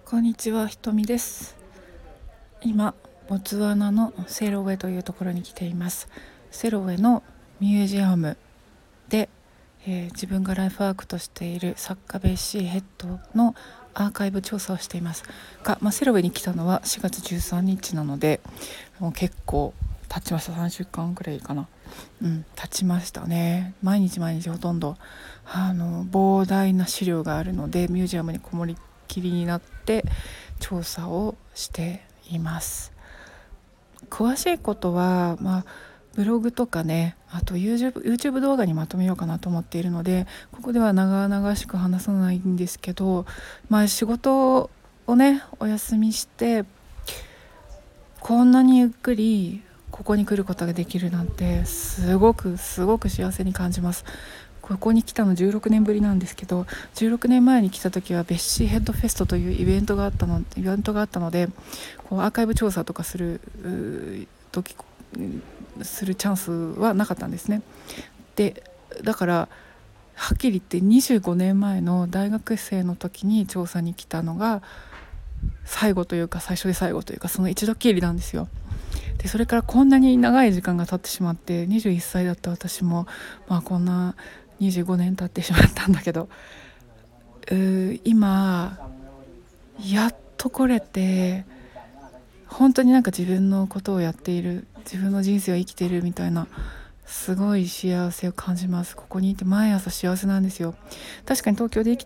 こんにちは、ひとみです。今ボツワナのセロウェというところに来ています。セロウェのミュージアムで、自分がライフワークとしている作家ベッシーヘッドのアーカイブ調査をしていますが、セロウェに来たのは4月13日なので、もう結構経ちました。3週間くらいかな、経ちましたね。毎日ほとんど膨大な資料があるので、ミュージアムにこもりきりになって調査をしています。詳しいことは、ブログとかね、あと YouTube 動画にまとめようかなと思っているので、ここでは長々しく話さないんですけど、仕事をねお休みしてこんなにゆっくりここに来ることができるなんてすごく幸せに感じます。ここに来たの16年ぶりなんですけど、16年前に来た時はベッシーヘッドフェストというイベントがあったので、こうアーカイブ調査とかするチャンスはなかったんですね。でだからはっきり言って25年前の大学生の時に調査に来たのが最後というか、最初で最後というか、その一度きりなんですよ。でそれからこんなに長い時間が経ってしまって、21歳だった私も、こんな25年経ってしまったんだけど、今やっと来れて、本当に自分のことをやっている、自分の人生を生きているみたいな、すごい幸せを感じます。ここにいて毎朝幸せなんですよ。確かに東京で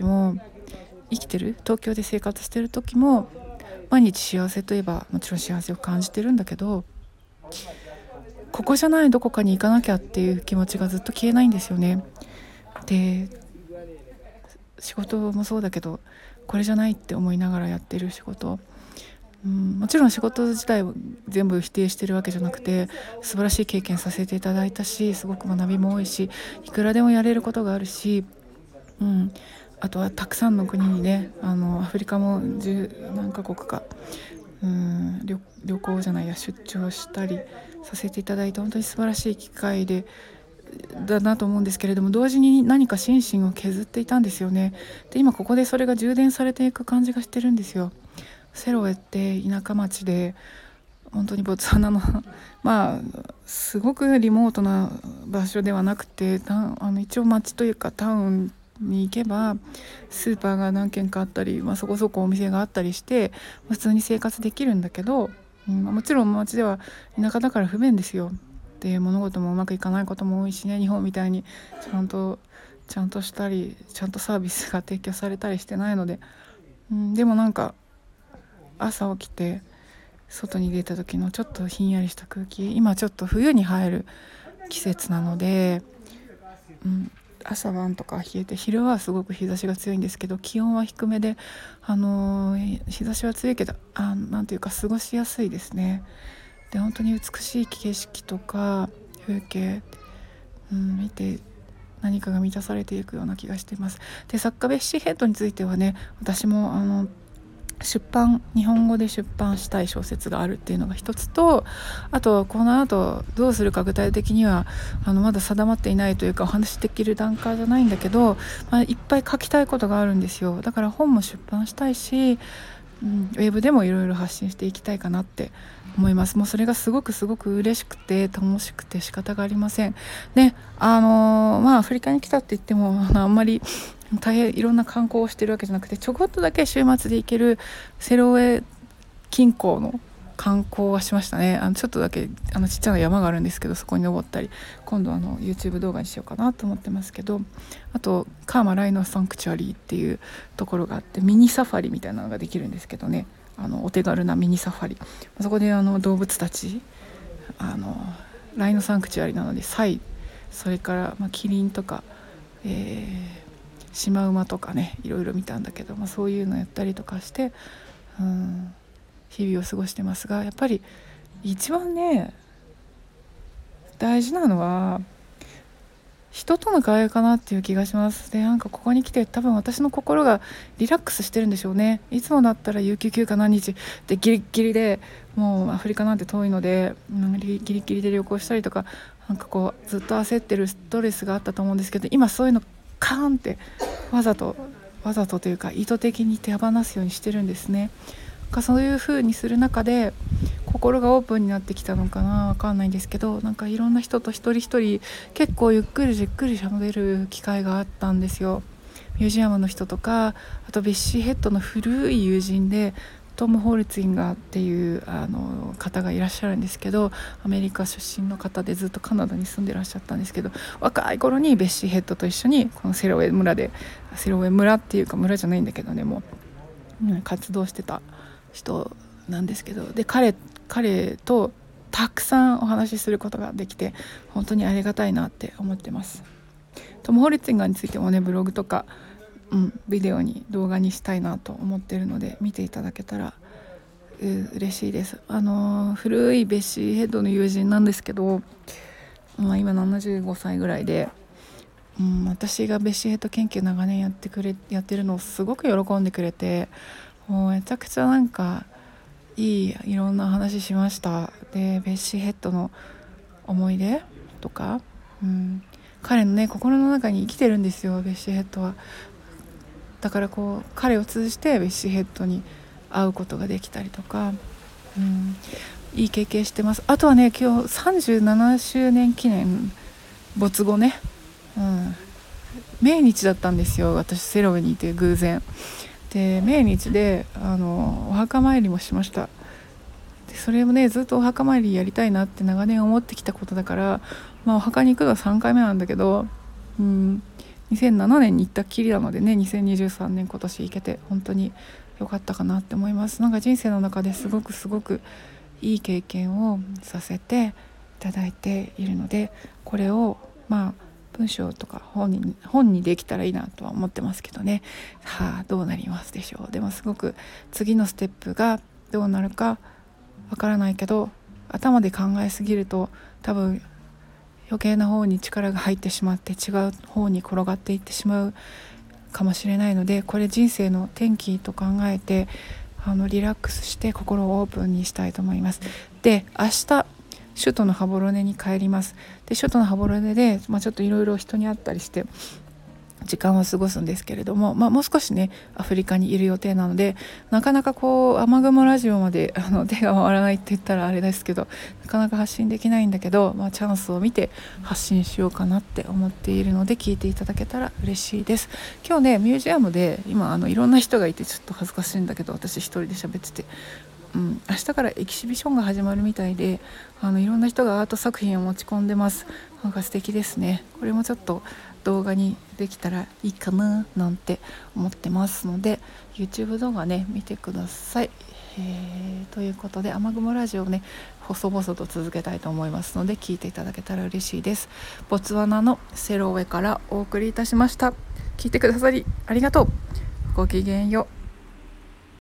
東京で生活してる時も毎日幸せといえばもちろん幸せを感じてるんだけど、ここじゃないどこかに行かなきゃっていう気持ちがずっと消えないんですよね。で仕事もそうだけど、これじゃないって思いながらやってる仕事、もちろん仕事自体を全部否定してるわけじゃなくて、素晴らしい経験させていただいたし、すごく学びも多いし、いくらでもやれることがあるし、あとはたくさんの国にね、アフリカも10何カ国か、旅行じゃないや出張したりさせていただいて、本当に素晴らしい機会だなと思うんですけれども、同時に何か心身を削っていたんですよね。で今ここでそれが充電されていく感じがしてるんですよ。セロエって田舎町で、本当にボツワナのすごくリモートな場所ではなくて、一応町というかタウンに行けばスーパーが何軒かあったり、そこそこお店があったりして、普通に生活できるんだけど、もちろん町では田舎だから不便ですよ。で物事もうまくいかないことも多いしね、日本みたいにちゃんとしたり、ちゃんとサービスが提供されたりしてないので、でも朝起きて外に出た時のちょっとひんやりした空気、今ちょっと冬に入る季節なので、朝晩とか冷えて、昼はすごく日差しが強いんですけど、気温は低めで、日差しは強いけど、なんていうか過ごしやすいですね。で本当に美しい景色とか風景、見て何かが満たされていくような気がしています。で作家ベッシーヘッドについてはね、私も日本語で出版したい小説があるっていうのが一つと、あとこの後どうするか具体的にはまだ定まっていないというか、お話しできる段階じゃないんだけど、いっぱい書きたいことがあるんですよ。だから本も出版したいし、ウェブでもいろいろ発信していきたいかなって思います。もうそれがすごく嬉しくて楽しくて仕方がありません。でアフリカに来たって言ってもあんまり大変いろんな観光をしてるわけじゃなくて、ちょこっとだけ週末で行けるセロエ近郊の観光はしましたね。ちょっとだけちっちゃな山があるんですけど、そこに登ったり、今度YouTube 動画にしようかなと思ってますけど、あとカーマライノサンクチュアリーっていうところがあって、ミニサファリみたいなのができるんですけどね、お手軽なミニサファリ、そこで動物たち、ライノサンクチュアリなのでサイ、それから、キリンとか、シマウマとかね、いろいろ見たんだけど、そういうのやったりとかして、日々を過ごしてますが、やっぱり一番ね大事なのは人との会話かなっていう気がします。でここに来て多分私の心がリラックスしてるんでしょうね。いつもだったら有給休暇何日でギリッギリで、もうアフリカなんて遠いのでギリギリで旅行したりとか、ずっと焦ってるストレスがあったと思うんですけど、今そういうのカーンってわざとわざとというか意図的に手放すようにしてるんですね。そういう風にする中で心がオープンになってきたのかな、わかんないんですけど、なんかいろんな人と一人一人結構ゆっくりじっくり喋る機会があったんですよ。ミュージアムの人とか、あとベッシーヘッドの古い友人でトム・ホルツィンガーっていう方がいらっしゃるんですけど、アメリカ出身の方でずっとカナダに住んでらっしゃったんですけど、若い頃にベッシーヘッドと一緒にこのセロウェ村っていうか村じゃないんだけどね、もう、活動してた人なんですけど、で彼とたくさんお話しすることができて本当にありがたいなって思ってます。トム・ホルツィンガーについてもね、ブログとか、ビデオに動画にしたいなと思ってるので見ていただけたら嬉しいです。古いベッシーヘッドの友人なんですけど、今75歳ぐらいで、私がベッシーヘッド研究長年やってるのをすごく喜んでくれて、もうめちゃくちゃなんかいろんな話しました。でベッシーヘッドの思い出とか、彼のね心の中に生きてるんですよ、ベッシーヘッドは。だから彼を通じてベッシーヘッドに会うことができたりとか、いい経験してます。あとはね、今日37周年記念没後ね、命日だったんですよ。私セロウにいて偶然で命日でお墓参りもしました。でそれもねずっとお墓参りやりたいなって長年思ってきたことだから、お墓に行くのは3回目なんだけど、2007年に行ったっきりなのでね、2023年今年行けて本当に良かったかなって思います。なんか人生の中ですごくいい経験をさせていただいているので、これを文章とか本にできたらいいなとは思ってますけどね。どうなりますでしょう。でもすごく次のステップがどうなるかわからないけど、頭で考えすぎると多分余計な方に力が入ってしまって違う方に転がっていってしまうかもしれないので、これ人生の転機と考えてリラックスして心をオープンにしたいと思います。で明日首都のハボロネに帰ります。で首都のハボロネで、ちょっといろいろ人に会ったりして時間を過ごすんですけれども、もう少しねアフリカにいる予定なので、なかなか雨雲ラジオまで手が回らないって言ったらあれですけど、なかなか発信できないんだけど、チャンスを見て発信しようかなって思っているので聞いていただけたら嬉しいです。今日ねミュージアムで今いろんな人がいてちょっと恥ずかしいんだけど、私一人で喋ってて、明日からエキシビションが始まるみたいで、いろんな人がアート作品を持ち込んでます。なんか素敵ですね。これもちょっと動画にできたらいいかななんて思ってますので YouTube 動画ね見てください。ということで雨雲ラジオをね細々と続けたいと思いますので聞いていただけたら嬉しいです。ボツワナのセロウェからお送りいたしました。聞いてくださりありがとう。ごきげんよう。